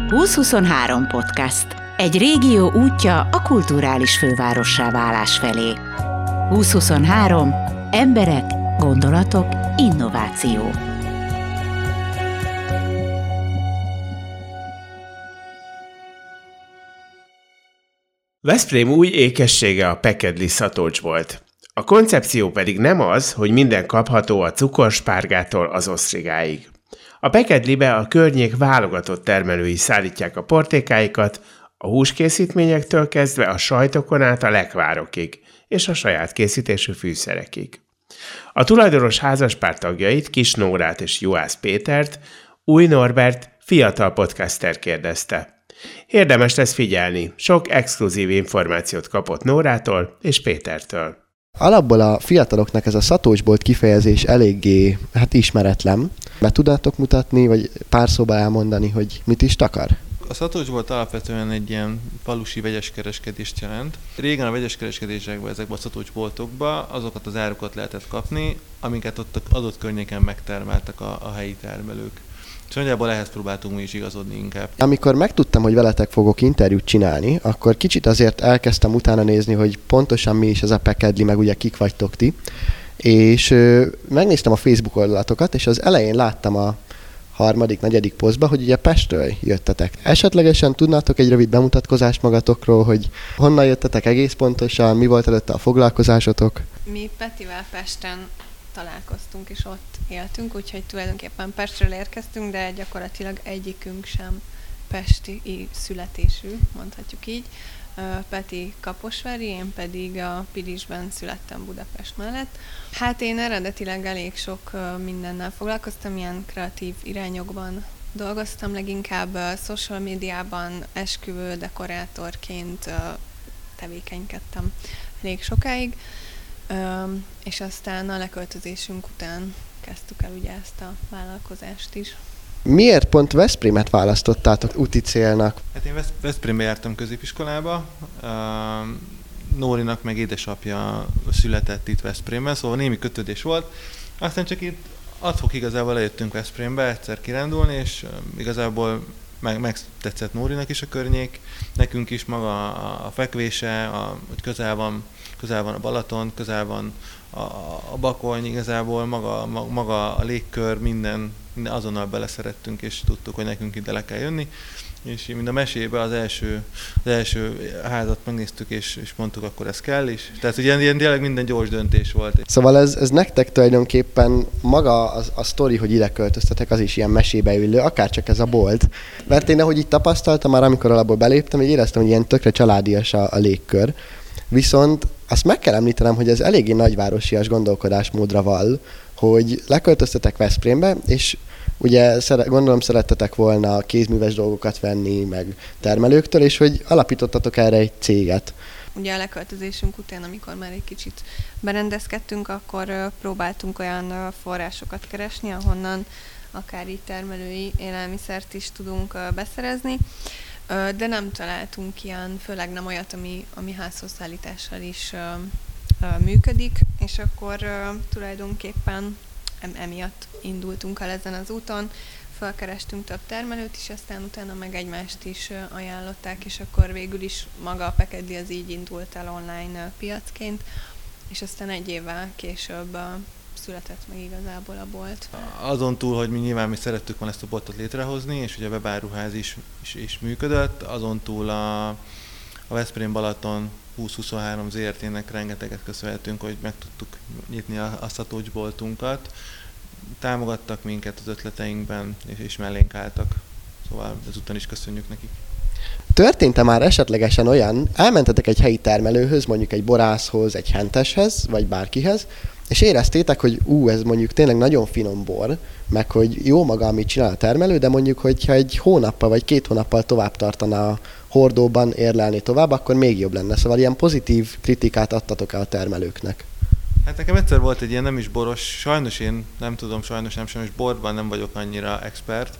2023 podcast. Egy régió útja a kulturális fővárossá válás felé. 2023. Emberek, gondolatok, innováció. Veszprém új ékessége a pekedli szatolcsbolt. A koncepció pedig nem az, hogy minden kapható a cukorspárgától az osztrigáig. A pekedlibe a környék válogatott termelői szállítják a portékáikat, a húskészítményektől kezdve a sajtokon át a lekvárokig, és a saját készítésű fűszerekig. A tulajdonos házaspár tagjait, Kis Nórát és Juhász Pétert, Új Norbert fiatal podcaster kérdezte. Érdemes lesz figyelni, sok exkluzív információt kapott Nórától és Pétertől. Alapból a fiataloknak ez a szatolcsbolt kifejezés eléggé ismeretlen. Be tudnátok mutatni, vagy pár szóba elmondani, hogy mit is takar? A szatolcsbolt alapvetően egy ilyen falusi vegyeskereskedést jelent. Régen a vegyeskereskedésekben, ezekben a szatolcsboltokban azokat az árukat lehetett kapni, amiket ott adott környéken megtermeltek a helyi termelők. És nagyjából ehhez próbáltunk mi is igazodni inkább. Amikor megtudtam, hogy veletek fogok interjút csinálni, akkor kicsit azért elkezdtem utána nézni, hogy pontosan mi is ez a pekedli, meg ugye kik vagytok ti. És megnéztem a Facebook oldalatokat, és az elején láttam a harmadik, negyedik posztba, hogy ugye Pestről jöttetek. Esetlegesen tudnátok egy rövid bemutatkozást magatokról, hogy honnan jöttetek egész pontosan, mi volt előtte a foglalkozásotok? Mi Petivel Pesten találkoztunk, és ott éltünk, úgyhogy tulajdonképpen Pestről érkeztünk, de gyakorlatilag egyikünk sem pesti születésű, mondhatjuk így. Peti kaposvári, én pedig a Pilisben születtem Budapest mellett. Hát én eredetileg elég sok mindennel foglalkoztam, ilyen kreatív irányokban dolgoztam, leginkább social médiában esküvő dekorátorként tevékenykedtem elég sokáig, és aztán a leköltözésünk után kezdtük el ugye ezt a vállalkozást is. Miért pont Veszprémet választottátok úti célnak? Hát én Veszprémbe jártam középiskolába, Nórinak meg édesapja született itt Veszprémben, szóval némi kötődés volt. Aztán csak itt ad-hoc igazából lejöttünk Veszprémbe egyszer kirándulni, és igazából megtetszett Nórinak is a környék, nekünk is maga a fekvése, hogy közel van a Balaton, közel van a Bakony, igazából maga a légkör, minden azonnal beleszerettünk, és tudtuk, hogy nekünk ide le kell jönni. És mind a mesébe az első házat megnéztük, és mondtuk, akkor ez kell is. Tehát ugye tényleg minden gyors döntés volt. Szóval ez nektek tulajdonképpen maga a sztori, hogy ide költöztetek, az is ilyen mesébe ülő, akárcsak ez a bolt. Mert én ahogy itt tapasztaltam már, amikor alapból beléptem, így éreztem, hogy ilyen tökre családias a légkör. Viszont azt meg kell említenem, hogy ez eléggé nagyvárosias gondolkodásmódra vall, hogy leköltöztetek Veszprémbe, és ugye gondolom szerettetek volna kézműves dolgokat venni, meg termelőktől, és hogy alapítottatok erre egy céget. Ugye a leköltözésünk után, amikor már egy kicsit berendezkedtünk, akkor próbáltunk olyan forrásokat keresni, ahonnan akár így termelői élelmiszert is tudunk beszerezni, de nem találtunk ilyen, főleg nem olyat, ami házhoz szállítással is működik, és akkor tulajdonképpen emiatt indultunk el ezen az úton, felkerestünk több termelőt is, aztán utána meg egymást is ajánlották, és akkor végül is maga a pekedli az így indult el online piacként, és aztán egy évvel később született meg igazából a bolt. Azon túl, hogy nyilván mi szerettük volna ezt a boltot létrehozni, és ugye a webáruház is működött, azon túl a Veszprém Balaton 2023 ZRT-nek rengeteget köszönhetünk, hogy meg tudtuk nyitni a szatolcsboltunkat. Támogattak minket az ötleteinkben, és mellénk álltak. Szóval ezúttal is köszönjük nekik. Történt-e már esetlegesen olyan, elmentetek egy helyi termelőhöz, mondjuk egy borászhoz, egy henteshez, vagy bárkihez, és éreztétek, hogy ez mondjuk tényleg nagyon finom bor, meg hogy jó maga, amit csinál a termelő, de mondjuk, hogyha egy hónappal vagy 2 hónappal tovább tartana a hordóban érlelni tovább, akkor még jobb lenne. Szóval ilyen pozitív kritikát adtatok el a termelőknek. Hát nekem egyszer volt egy ilyen nem is boros, sajnos borban nem vagyok annyira expert,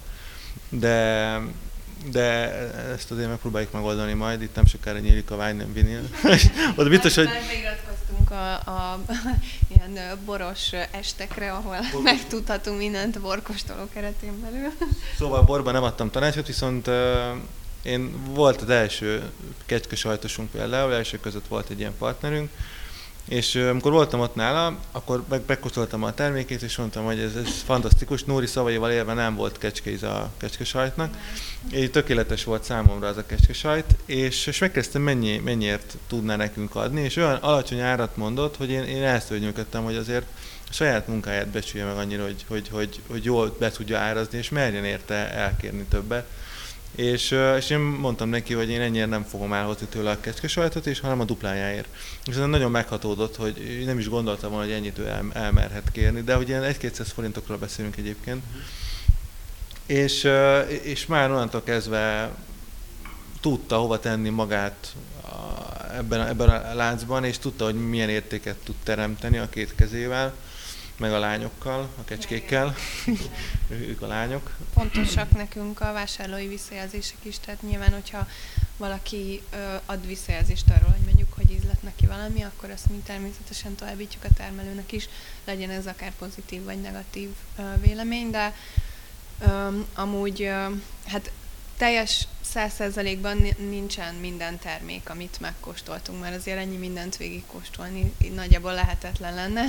de ezt azért megpróbáljuk megoldani majd, itt nem sokára nyílik a Wine & Vinyl. Ott biztos, hogy számíthatunk a ilyen boros estekre, ahol megtudhatunk mindent borkóstoló keretén belül. Szóval borban nem adtam tanácsot, viszont én volt az első kecskesajtosunk például, első között volt egy ilyen partnerünk, és amikor voltam ott nála, akkor megkóstoltam a termékét, és mondtam, hogy ez fantasztikus. Nóri szavaival élve nem volt kecskeíz a kecskesajtnak. Így tökéletes volt számomra az a kecskesajt, és megkezdtem mennyiért tudná nekünk adni, és olyan alacsony árat mondott, hogy én elszörnyűködtem, hogy azért a saját munkáját becsülje meg annyira, hogy jól be tudja árazni, és merjen érte elkérni többet. És én mondtam neki, hogy én ennyire nem fogom elhozni tőle a kecskesajtot, és hanem a duplájáért. És ez nagyon meghatódott, hogy nem is gondoltam volna, hogy ennyit ő elmerhet kérni, de hogy ilyen 1-200 forintokról beszélünk egyébként. És már onnantól kezdve tudta hova tenni magát ebben a láncban, és tudta, hogy milyen értéket tud teremteni a két kezével, meg a lányokkal, a kecskékkel, ők a lányok. Fontosak nekünk a vásárlói visszajelzések is, tehát nyilván, hogyha valaki ad visszajelzést arról, hogy mondjuk, hogy ízlett neki valami, akkor azt mi természetesen továbbítjuk a termelőnek is, legyen ez akár pozitív vagy negatív vélemény, de amúgy hát teljes 100%-ban nincsen minden termék, amit megkóstoltunk, mert azért ennyi mindent végigkóstolni nagyjából lehetetlen lenne,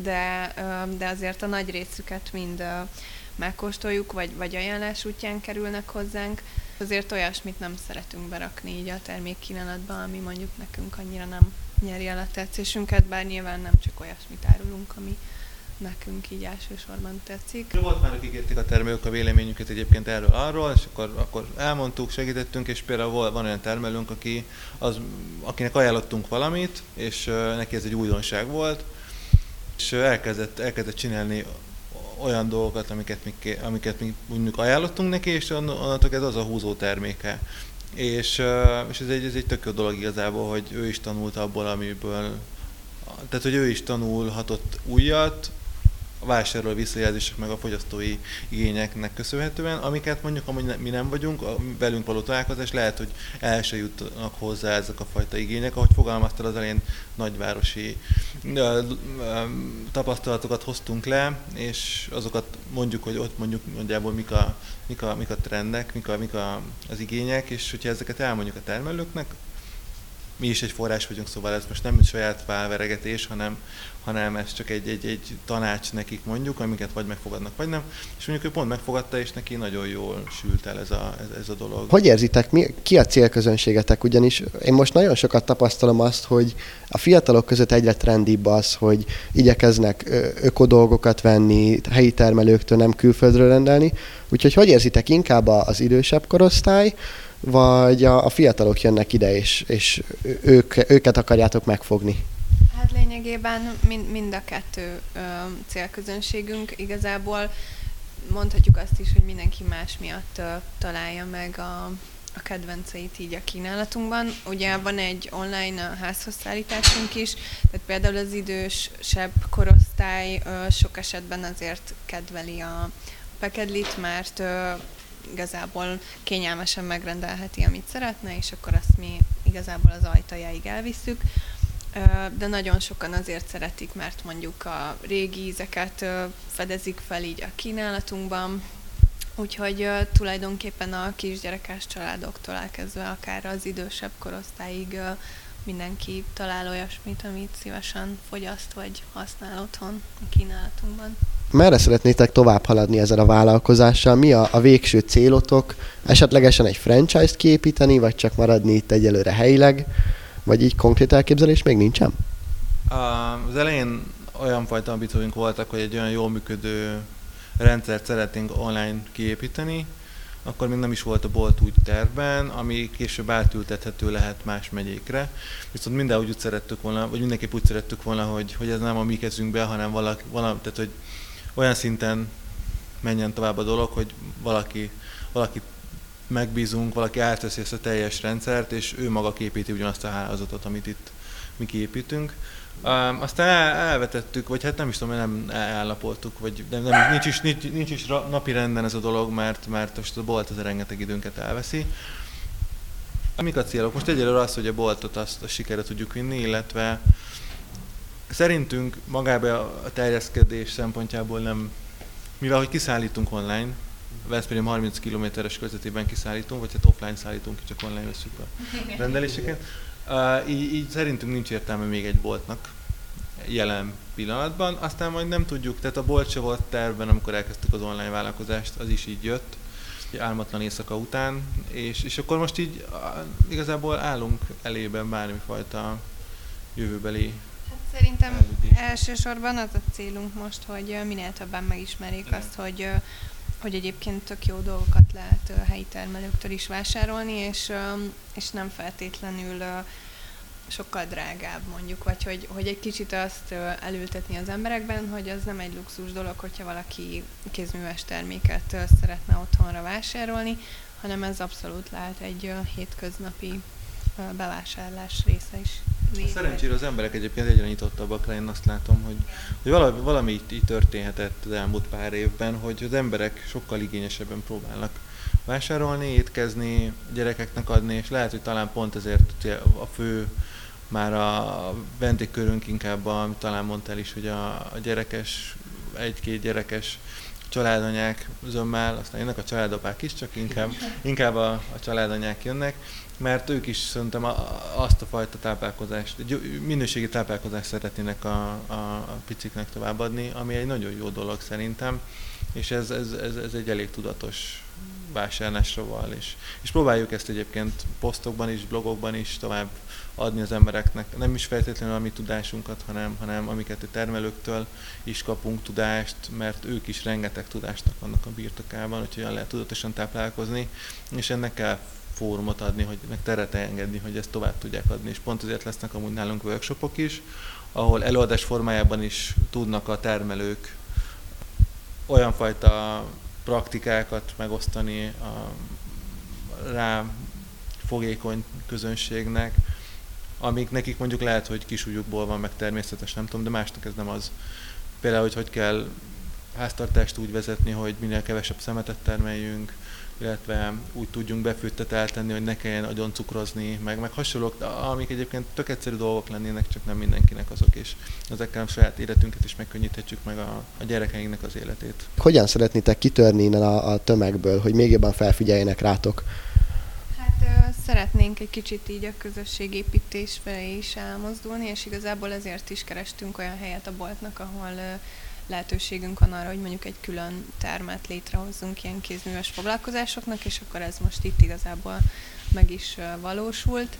de azért a nagy részüket mind megkóstoljuk, vagy ajánlás útján kerülnek hozzánk. Azért olyasmit nem szeretünk berakni így a termékkínálatba, ami mondjuk nekünk annyira nem nyeri el a tetszésünket, bár nyilván nem csak olyasmit árulunk, ami nekünk így elsősorban tetszik. Volt már, akik kérték a termelők a véleményüket egyébként erről-arról, és akkor elmondtuk, segítettünk, és például van olyan termelőnk, akinek ajánlottunk valamit, és neki ez egy újdonság volt, és elkezdett csinálni olyan dolgokat, amiket mi mondjuk ajánlottunk neki, és onnantól ez az a húzó terméke. És ez egy tök jó dolog igazából, hogy ő is tanult abból, amiből, tehát hogy ő is tanulhatott újat, a vásárló visszajelzések meg a fogyasztói igényeknek köszönhetően, amiket mondjuk amúgy mi nem vagyunk, a velünk való találkozás lehet, hogy el se jutnak hozzá ezek a fajta igények, ahogy fogalmaztál az elején, nagyvárosi tapasztalatokat hoztunk le, és azokat mondjuk, hogy ott mondjuk nagyjából mik a trendek, mik az igények, és hogyha ezeket elmondjuk a termelőknek, mi is egy forrás vagyunk, szóval ez most nem saját válveregetés, hanem ez csak egy tanács nekik mondjuk, amiket vagy megfogadnak, vagy nem. És mondjuk ő pont megfogadta, és neki nagyon jól sült el ez a dolog. Hogy érzitek, ki a célközönségetek? Ugyanis én most nagyon sokat tapasztalom azt, hogy a fiatalok között egyre trendibb az, hogy igyekeznek ökodolgokat venni, helyi termelőktől, nem külföldről rendelni. Úgyhogy hogy érzitek, inkább az idősebb korosztály, vagy a fiatalok jönnek ide, és őket akarjátok megfogni? Hát lényegében mind a kettő célközönségünk. Igazából mondhatjuk azt is, hogy mindenki más miatt találja meg a kedvenceit így a kínálatunkban. Ugye van egy online házhoz szállításunk is, tehát például az idősebb korosztály sok esetben azért kedveli a pekedlit, mert igazából kényelmesen megrendelheti, amit szeretne, és akkor azt mi igazából az ajtajáig elvisszük. De nagyon sokan azért szeretik, mert mondjuk a régi ízeket fedezik fel így a kínálatunkban, úgyhogy tulajdonképpen a kisgyerekes családoktól elkezdve akár az idősebb korosztályig mindenki talál olyasmit, amit szívesen fogyaszt vagy használ otthon a kínálatunkban. Merre szeretnétek tovább haladni ezzel a vállalkozással? Mi a végső célotok? Esetlegesen egy franchise-t kiépíteni, vagy csak maradni itt egyelőre helyileg? Vagy így konkrét elképzelés még nincsen? Az elején olyan fajta ambícióink voltak, hogy egy olyan jól működő rendszert szeretnénk online kiépíteni, akkor még nem is volt a bolt úgy tervben, ami később átültethető lehet más megyékre. Viszont mindenhogy úgy szerettük volna, vagy mindenképp úgy szerettük volna, hogy ez nem a mi kezünkbe, hanem tehát hogy olyan szinten menjen tovább a dolog, hogy valaki megbízunk, valaki átveszi ezt a teljes rendszert, és ő maga képíti ugyanazt a hálózatot, amit itt mi kiépítünk. Aztán elvetettük, vagy hát nem is tudom, nem elállapoltuk, vagy nincs is napi renden ez a dolog, mert most a bolt az rengeteg időnket elveszi. Mik a célok? Most egyelőre az, hogy a boltot azt sikerre tudjuk vinni, illetve Szerintünk magába a terjeszkedés szempontjából nem, mivel hogy kiszállítunk online, Veszprém 30 km-es körzetében kiszállítunk, vagy hát offline szállítunk, csak online veszünk a rendeléseket. Így szerintünk nincs értelme még egy boltnak jelen pillanatban, aztán majd nem tudjuk, tehát a bolt se volt tervben, amikor elkezdtük az online vállalkozást, az is így jött, egy álmatlan éjszaka után, és akkor most így igazából állunk elében bármifajta jövőbeli. Hát szerintem elsősorban az a célunk most, hogy minél többen megismerjék azt, hogy egyébként tök jó dolgokat lehet helyi termelőktől is vásárolni, és nem feltétlenül sokkal drágább mondjuk, vagy hogy egy kicsit azt elültetni az emberekben, hogy az nem egy luxus dolog, hogyha valaki kézműves terméket szeretne otthonra vásárolni, hanem ez abszolút lehet egy hétköznapi bevásárlás része is. Szerencsére az emberek egyébként egyre nyitottabbak rá, én azt látom, hogy valami így történhetett az elmúlt pár évben, hogy az emberek sokkal igényesebben próbálnak vásárolni, étkezni, gyerekeknek adni, és lehet, hogy talán pont ezért a fő már a vendégkörünk inkább, amit talán mondtál is, hogy a gyerekes, egy-két gyerekes családanyák zömmel, aztán jönnek a családapák is, csak inkább a családanyák jönnek, mert ők is szerintem azt a fajta táplálkozást, minőségi táplálkozást szeretnének a piciknek továbbadni, ami egy nagyon jó dolog szerintem, és ez egy elég tudatos vásárlásra val, és próbáljuk ezt egyébként posztokban is, blogokban is tovább adni az embereknek, nem is feltétlenül a mi tudásunkat, hanem amiket a termelőktől is kapunk tudást, mert ők is rengeteg tudásnak vannak a birtokában, hogy hogyan lehet tudatosan táplálkozni, és ennek kell fórumot adni, meg teret engedni, hogy ezt tovább tudják adni, és pont ezért lesznek amúgy nálunk workshopok is, ahol előadás formájában is tudnak a termelők olyan fajta praktikákat megosztani a rá fogékony közönségnek, amik nekik mondjuk lehet, hogy kisúlyukból van, meg természetes, nem tudom, de másnak ez nem az. Például, hogy kell háztartást úgy vezetni, hogy minél kevesebb szemetet termeljünk, illetve úgy tudjunk befőttet eltenni, hogy ne kelljen agyon cukrozni, meg hasonlók, amik egyébként tök egyszerű dolgok lennének, csak nem mindenkinek azok, és ezekkel a saját életünket is megkönnyíthetjük meg a gyerekeinknek az életét. Hogyan szeretnétek kitörni innen a tömegből, hogy még jobban felfigyeljenek rátok? Hát szeretnénk egy kicsit így a közösségépítés felé is elmozdulni, és igazából ezért is kerestünk olyan helyet a boltnak, ahol lehetőségünk van arra, hogy mondjuk egy külön termet létrehozzunk ilyen kézműves foglalkozásoknak, és akkor ez most itt igazából meg is valósult.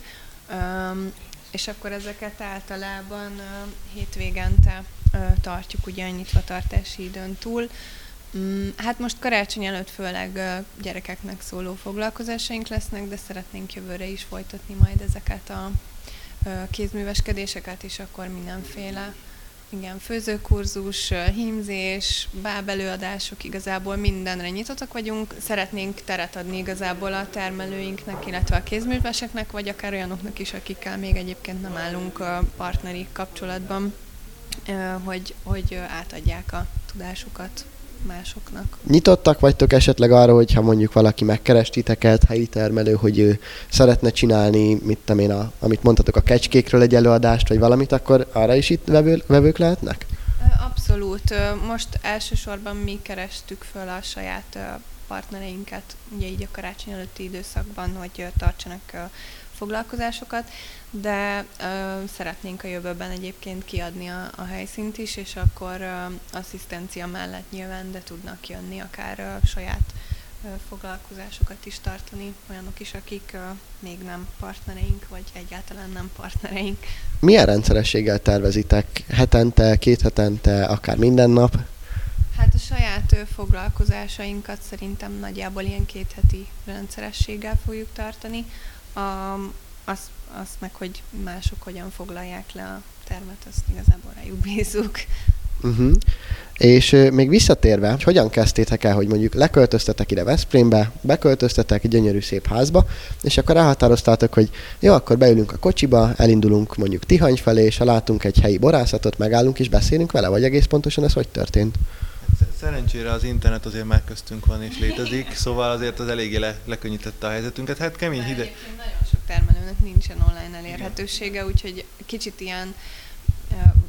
És akkor ezeket általában hétvégente tartjuk ugye a nyitvatartási időn túl. Hát most karácsony előtt főleg gyerekeknek szóló foglalkozásaink lesznek, de szeretnénk jövőre is folytatni majd ezeket a kézműveskedéseket, és akkor mindenféle főzőkurzus, hímzés, bábelőadások, igazából mindenre nyitottak vagyunk. Szeretnénk teret adni igazából a termelőinknek, illetve a kézműveseknek, vagy akár olyanoknak is, akikkel még egyébként nem állunk partneri kapcsolatban, hogy átadják a tudásukat másoknak. Nyitottak vagytok esetleg arra, hogyha mondjuk valaki megkeres titeket, helyi termelő, hogy ő szeretne csinálni, amit mondtatok a kecskékről egy előadást, vagy valamit, akkor arra is itt vevők lehetnek? Abszolút. Most elsősorban mi kerestük föl a saját partnereinket, ugye így a karácsony előtti időszakban, hogy tartsanak foglalkozásokat, de szeretnénk a jövőben egyébként kiadni a helyszínt is, és akkor asszisztencia mellett nyilván, de tudnak jönni akár saját foglalkozásokat is tartani, olyanok is, akik még nem partnereink, vagy egyáltalán nem partnereink. Milyen rendszerességgel tervezitek? Hetente, 2 hetente, akár minden nap? Hát a saját foglalkozásainkat szerintem nagyjából ilyen 2 heti rendszerességgel fogjuk tartani. Azt meg, hogy mások hogyan foglalják le a termet, azt igazából rájuk bízunk. És még visszatérve, hogy hogyan kezdtétek el, hogy mondjuk leköltöztetek ide Veszprémbe, beköltöztetek egy gyönyörű szép házba, és akkor elhatároztátok, hogy jó, akkor beülünk a kocsiba, elindulunk mondjuk Tihany felé, és ha látunk egy helyi borászatot, megállunk és beszélünk vele, vagy egész pontosan ez hogy történt? Szerencsére az internet azért már köztünk van és létezik, szóval azért az eléggé lekönnyítette a helyzetünket. Hát kemény hideg. Nagyon sok termelőnek nincsen online elérhetősége, úgyhogy kicsit ilyen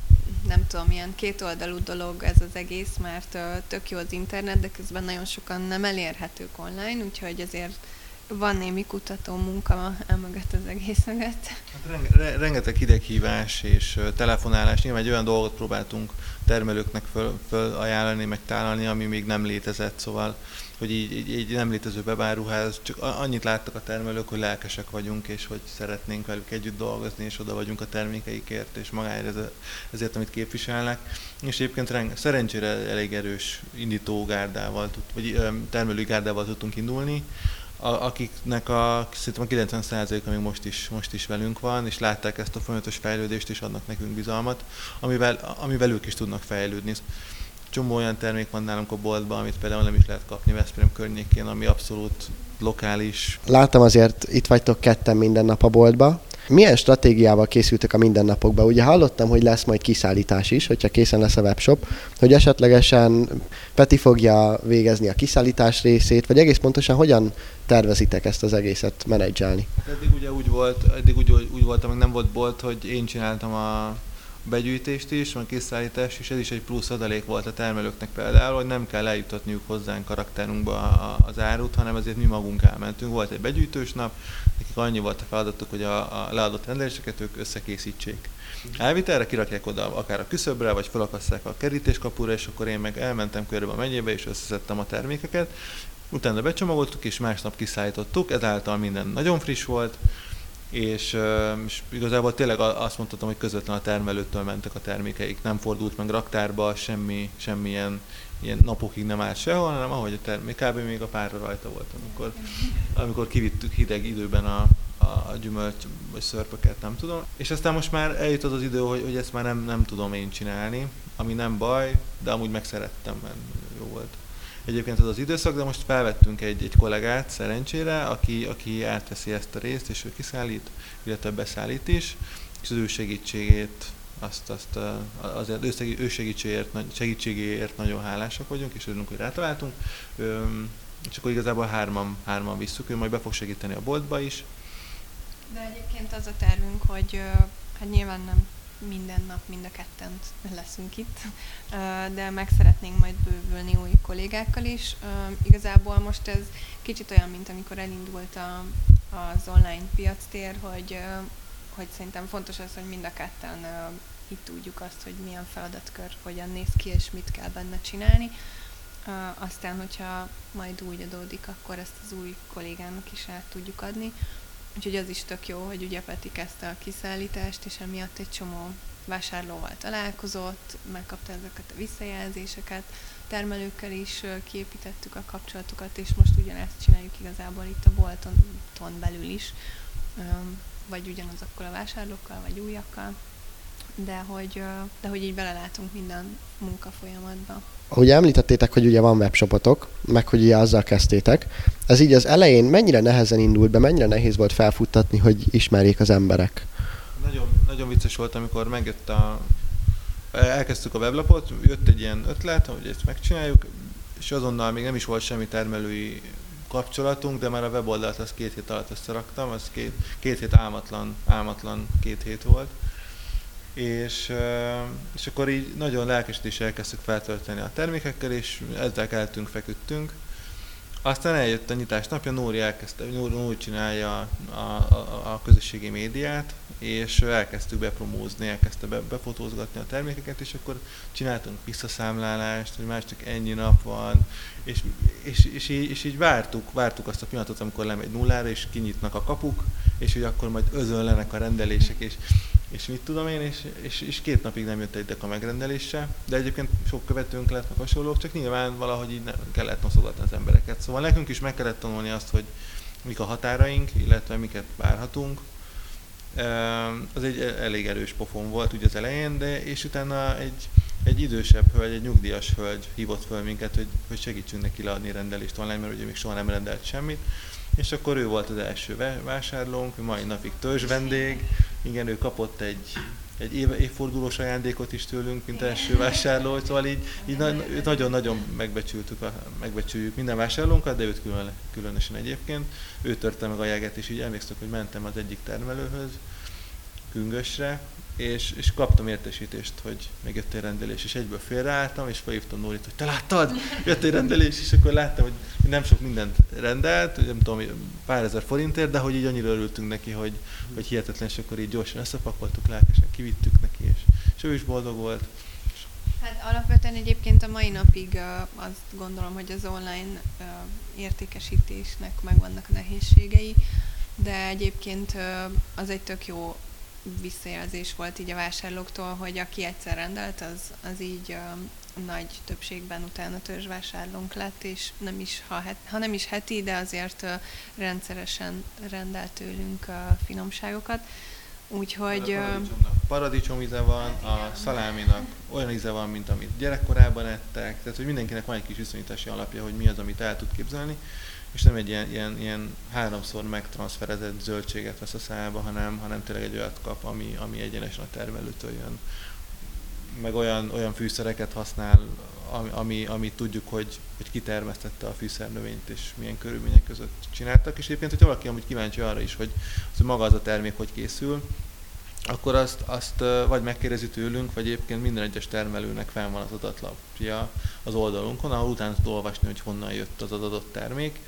nem tudom, ilyen kétoldalú dolog ez az egész, mert tök jó az internet, de közben nagyon sokan nem elérhetők online, úgyhogy azért van némi kutató munka emögött az egész mögött. Hát rengeteg hideghívás és telefonálás, nyilván egy olyan dolgot próbáltunk termelőknek fölajánlani, meg tálalni, ami még nem létezett, szóval, hogy így nem létező webáruház, csak annyit láttak a termelők, hogy lelkesek vagyunk, és hogy szeretnénk velük együtt dolgozni, és oda vagyunk a termékeikért, és magáért ezért, amit képviselnek. És egyébként szerencsére elég erős indítógárdával, vagy termelői gárdával tudtunk indulni, akiknek szerintem a 90%-a még most is velünk van, és látták ezt a folyamatos fejlődést, és adnak nekünk bizalmat, amivel ők is tudnak fejlődni. Csomó olyan termék van nálunk a boltban, amit például nem is lehet kapni Veszprém környékén, ami abszolút lokális. Látom, azért itt vagytok ketten minden nap a boltba. Milyen stratégiával készültek a mindennapokba? Ugye hallottam, hogy lesz majd kiszállítás is, hogyha készen lesz a webshop, hogy esetlegesen Peti fogja végezni a kiszállítás részét, vagy egész pontosan hogyan tervezitek ezt az egészet menedzselni? Eddig ugye úgy volt, amíg nem volt bolt, hogy én csináltam a begyűjtést is, a kiszállítást, és ez is egy plusz adalék volt a termelőknek például, hogy nem kell eljutatniuk hozzánk karakterunkba az árut, hanem azért mi magunk elmentünk. Volt egy begyűjtős nap, nekik annyi volt a feladatuk, hogy a leadott rendeléseket ők összekészítsék. Elvitelre kirakják oda akár a küszöbre, vagy felakasszák a kerítéskapura, és akkor én meg elmentem körbe a megyébe, és összeszedtem a termékeket. Utána becsomagoltuk, és másnap kiszállítottuk, ezáltal minden nagyon friss volt, és igazából tényleg azt mondhatom, hogy közvetlen a termelőtől mentek a termékeik. Nem fordult meg raktárba, semmilyen ilyen napokig nem állt sehol, hanem ahogy a termék, kb. Még a párra rajta volt, amikor kivittük hideg időben a gyümölcs vagy szörpöket, nem tudom. És aztán most már eljött az idő, hogy ezt már nem tudom én csinálni, ami nem baj, de amúgy megszerettem, mert jó volt. Egyébként az időszak, de most felvettünk egy kollégát szerencsére, aki átveszi ezt a részt, és ő kiszállít, illetve beszállít is, és az ő segítségét, azért ő segítségéért nagyon hálásak vagyunk, és örülünk, hogy rátaláltunk. És akkor igazából hárman visszük, ő majd be fog segíteni a boltba is. De egyébként az a tervünk, hogy hát nyilván nem minden nap mind a ketten leszünk itt, de meg szeretnénk majd bővülni új kollégákkal is. Igazából most ez kicsit olyan, mint amikor elindult az online piactér, hogy szerintem fontos az, hogy mind a ketten itt tudjuk azt, hogy milyen feladatkör, hogyan néz ki, és mit kell benne csinálni. Aztán, hogyha majd úgy adódik, akkor ezt az új kollégának is át tudjuk adni. Úgyhogy az is tök jó, hogy ugye Peti kezdte a kiszállítást, és emiatt egy csomó vásárlóval találkozott, megkapta ezeket a visszajelzéseket, termelőkkel is kiépítettük a kapcsolatokat, és most ugyanezt csináljuk igazából itt a bolton belül is, vagy ugyanazokkal a vásárlókkal, vagy újakkal, de hogy így belelátunk minden munkafolyamatba. Ahogy említettétek, hogy ugye van webshopotok, meg hogy ugye azzal kezdtétek, ez így az elején mennyire nehezen indult be, mennyire nehéz volt felfuttatni, hogy ismerjék az emberek? Nagyon vicces volt, amikor elkezdtük a weblapot, jött egy ilyen ötlet, hogy ezt megcsináljuk, és azonnal még nem is volt semmi termelői kapcsolatunk, de már a weboldalt azt 2 hét alatt összeraktam, az két hét álmatlan 2 hét volt. És akkor így nagyon lelkesedéssel elkezdtük feltölteni a termékekkel, és ezzel keltünk, feküdtünk. Aztán eljött a nyitás napja, Nóri csinálja a közösségi médiát, és elkezdtük bepromózni, elkezdte befotózgatni a termékeket, és akkor csináltunk visszaszámlálást, hogy már csak ennyi nap van, és így vártuk azt a pillanatot, amikor lemegy nullára, és kinyitnak a kapuk, és hogy akkor majd özönlenek a rendelések, és mit tudom én, és 2 napig nem jött egy deka megrendelése, de egyébként sok követőnk lett, meg hasonlók, csak nyilván valahogy így nem kellett noszogatni az embereket. Szóval nekünk is meg kellett tanulni azt, hogy mik a határaink, illetve miket várhatunk. Az egy elég erős pofon volt ugye az elején, és utána egy idősebb hölgy, egy nyugdíjas hölgy hívott föl minket, hogy segítsünk neki leadni rendelést online, mert ugye még soha nem rendelt semmit. És akkor ő volt az első vásárlónk, mai napig törzs vendég. Igen, ő kapott egy évfordulós ajándékot is tőlünk, mint első vásárló, szóval így nagyon-nagyon megbecsüljük minden vásárlónkat, de őt különösen egyébként. Ő törte meg a jeget, és így emlékszem, hogy mentem az egyik termelőhöz, Hűngösre, és kaptam értesítést, hogy megjött egy rendelés, és egyből félreálltam, és felhívtam Nórit, hogy te láttad? Jött egy rendelés, és akkor láttam, hogy nem sok mindent rendelt, nem tudom, pár ezer forintért, de hogy így annyira örültünk neki, hogy hihetetlen, és akkor így gyorsan összepakoltuk, lelkesen kivittük neki, és ő is boldog volt. Hát alapvetően egyébként a mai napig azt gondolom, hogy az online értékesítésnek megvannak a nehézségei, de egyébként az egy tök jó visszajelzés volt így a vásárlóktól, hogy aki egyszer rendelt, az így nagy többségben utána törzsvásárlónk lett, és nem is, ha nem is heti, de azért rendszeresen rendelt tőlünk finomságokat. Úgyhogy... Paradicsom íze van, a szaláminak olyan íze van, mint amit gyerekkorában ettek, tehát hogy mindenkinek van egy kis viszonyítási alapja, hogy mi az, amit el tud képzelni, és nem egy ilyen 3-szor megtranszferezett zöldséget vesz a szájába, hanem tényleg egy olyat kap, ami egyenesen a termelőtől jön. Meg olyan fűszereket használ, ami tudjuk, hogy kitermesztette a fűszernövényt, és milyen körülmények között csináltak. És egyébként, hogy valaki amúgy kíváncsi arra is, hogy maga az a termék hogy készül, akkor azt vagy megkérdezi tőlünk, vagy egyébként minden egyes termelőnek fenn van az adatlapja az oldalunkon, ahol utána tud olvasni, hogy honnan jött az adott termék.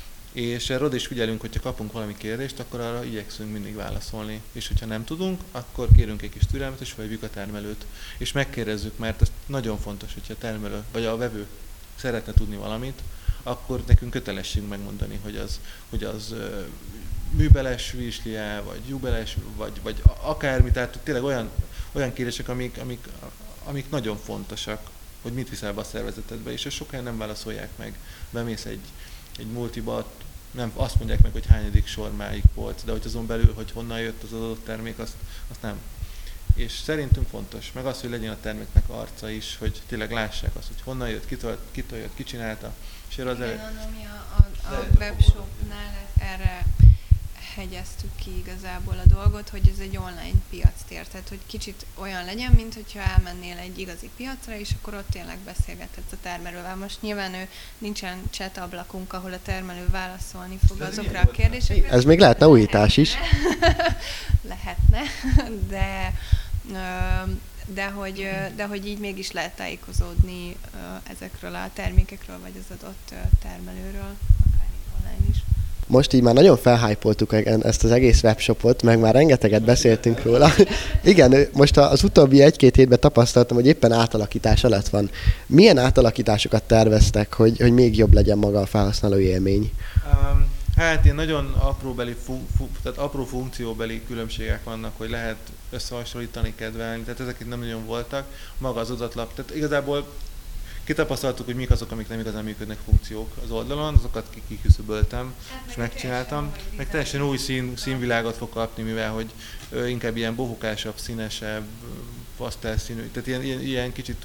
És erről is figyelünk, hogyha kapunk valami kérdést, akkor arra igyekszünk mindig válaszolni. És hogyha nem tudunk, akkor kérünk egy kis türelmet, és felhívjuk a termelőt. És megkérdezzük, mert ez nagyon fontos, hogyha a termelő vagy a vevő szeretne tudni valamit, akkor nekünk kötelességünk megmondani, hogy az műbeles vízslie, vagy júbeles, vagy akármi, tehát tényleg olyan kérdések, amik nagyon fontosak, hogy mit viszel be a szervezetedbe, és ezt sokan nem válaszolják meg. Bemész egy multiba, nem azt mondják meg, hogy hányadik sor máig volt, de hogy azon belül, hogy honnan jött az adott termék, azt nem. És szerintünk fontos, meg az, hogy legyen a terméknek arca is, hogy tényleg lássák azt, hogy honnan jött, kitől jött, ki csinálta. És igen, mi a webshopnál erre hegyeztük ki igazából a dolgot, hogy ez egy online piac tehát hogy kicsit olyan legyen, mint hogyha elmennél egy igazi piacra, és akkor ott tényleg beszélgethetsz a termelővel. Most nyilván nincsen chat ablakunk, ahol a termelő válaszolni fog azokra a kérdésekre. Ez még lehetne újítás is. Lehetne, de hogy így mégis lehet tájékozódni ezekről a termékekről, vagy az adott termelőről, akár így online is. Most így már nagyon felhypoltuk ezt az egész webshopot, meg már rengeteget beszéltünk róla. Igen, most az utóbbi 1-2 hétben tapasztaltam, hogy éppen átalakítás alatt van. Milyen átalakításokat terveztek, hogy még jobb legyen maga a felhasználói élmény? Hát ilyen nagyon tehát apró funkcióbeli különbségek vannak, hogy lehet összehasonlítani, kedvelni, tehát ezek itt nem nagyon voltak. Maga az adatlap, tehát igazából kitapasztaltuk, hogy mik azok, amik nem igazán működnek funkciók az oldalon, azokat kiküszöböltem, és megcsináltam. Meg teljesen új színvilágot fog kapni, mivel hogy inkább ilyen bohókásabb, színesebb, pasztelszínű, tehát ilyen kicsit...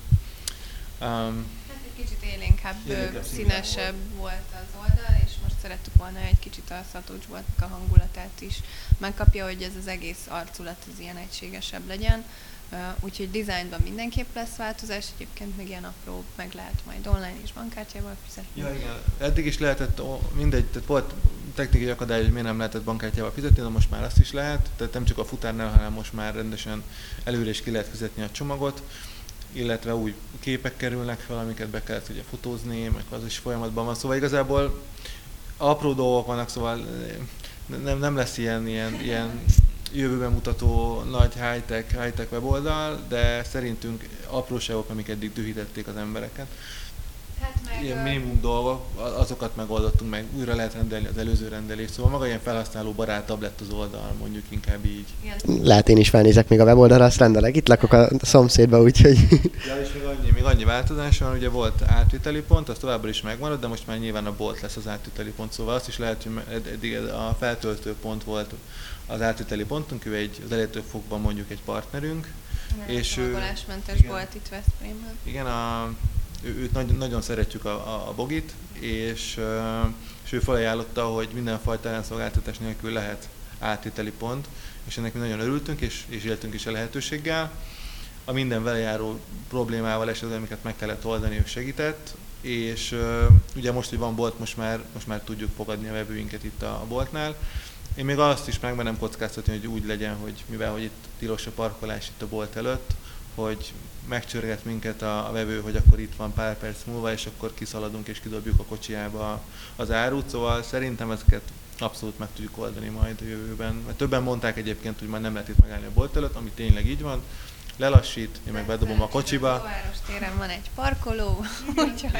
egy kicsit élénkebb, színesebb volt az oldal, és most szerettük volna egy kicsit a szatócsboltnak a hangulatát is megkapja, hogy ez az egész arculat az ilyen egységesebb legyen. Úgyhogy dizájnban mindenképp lesz változás, egyébként még ilyen apró, meg lehet majd online és bankkártyával fizetni. Ja, igen. Eddig is lehetett mindegy, tehát volt technikai akadály, hogy miért nem lehetett bankkártyával fizetni, de most már azt is lehet, tehát nem csak a futárnál, hanem most már rendesen előre is ki lehet fizetni a csomagot, illetve új képek kerülnek fel, amiket be kellett ugye fotózni, meg az is folyamatban van, szóval igazából apró dolgok vannak, szóval nem lesz ilyen jövőben mutató nagy high-tech weboldal, de szerintünk apróságok, amik eddig dühítették az embereket. Ilyen minimum dolgok, azokat megoldottunk meg, újra lehet rendelni az előző rendelést, szóval maga ilyen felhasználó barátabb lett az oldal, mondjuk inkább így. Lehet én is felnézek még a weboldalra, azt rendelek, itt lakok a szomszédba, úgyhogy... Ja, és még annyi változás van, ugye volt átviteli pont, az továbbra is megmarad, de most már nyilván a bolt lesz az átviteli pont, szóval azt is lehet, hogy eddig a feltöltő pont volt az átviteli pontunk, ő az elérhető fokban mondjuk egy partnerünk. És csomagolásmentes bolt itt Veszprémben. Igen, őt nagyon szeretjük a Bogit, és ő felajánlotta, hogy mindenfajta ellenszolgáltatás nélkül lehet átviteli pont, és ennek mi nagyon örültünk, és éltünk is a lehetőséggel. A minden vele járó problémával esetleg, amiket meg kellett oldani, ő segített, és ugye most, hogy van bolt, most már tudjuk fogadni a vevőinket itt a boltnál, Én még azt is megmerem kockáztatni, hogy úgy legyen, hogy mivel hogy itt tilos a parkolás itt a bolt előtt, hogy megcsörget minket a vevő, hogy akkor itt van pár perc múlva, és akkor kiszaladunk és kidobjuk a kocsiába az árut, szóval szerintem ezeket abszolút meg tudjuk oldani majd a jövőben. Mert többen mondták egyébként, hogy már nem lehet itt megállni a bolt előtt, ami tényleg így van. Lelassít, én meg bedobom a kocsiba. A Várostéren van egy parkoló, úgyhogy...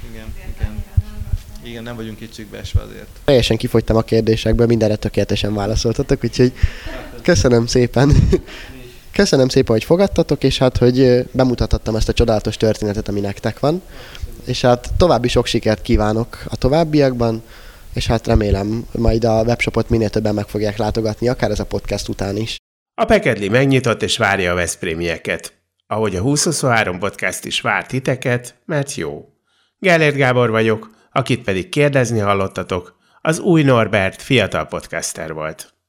Igen, nem vagyunk kétségbe esve azért. Teljesen kifogytam a kérdésekből, mindenre tökéletesen válaszoltatok, úgyhogy köszönöm szépen. Köszönöm szépen, hogy fogadtatok, és hát, hogy bemutathattam ezt a csodálatos történetet, ami nektek van. És hát további sok sikert kívánok a továbbiakban, és hát remélem, majd a webshopot minél többen meg fogják látogatni, akár ez a podcast után is. A Pekedli megnyitott és várja a veszprémieket. Ahogy a 2023 podcast is várt titeket, mert jó. Gellért Gábor vagyok, akit pedig kérdezni hallottatok, az új Norbert fiatal podcaster volt.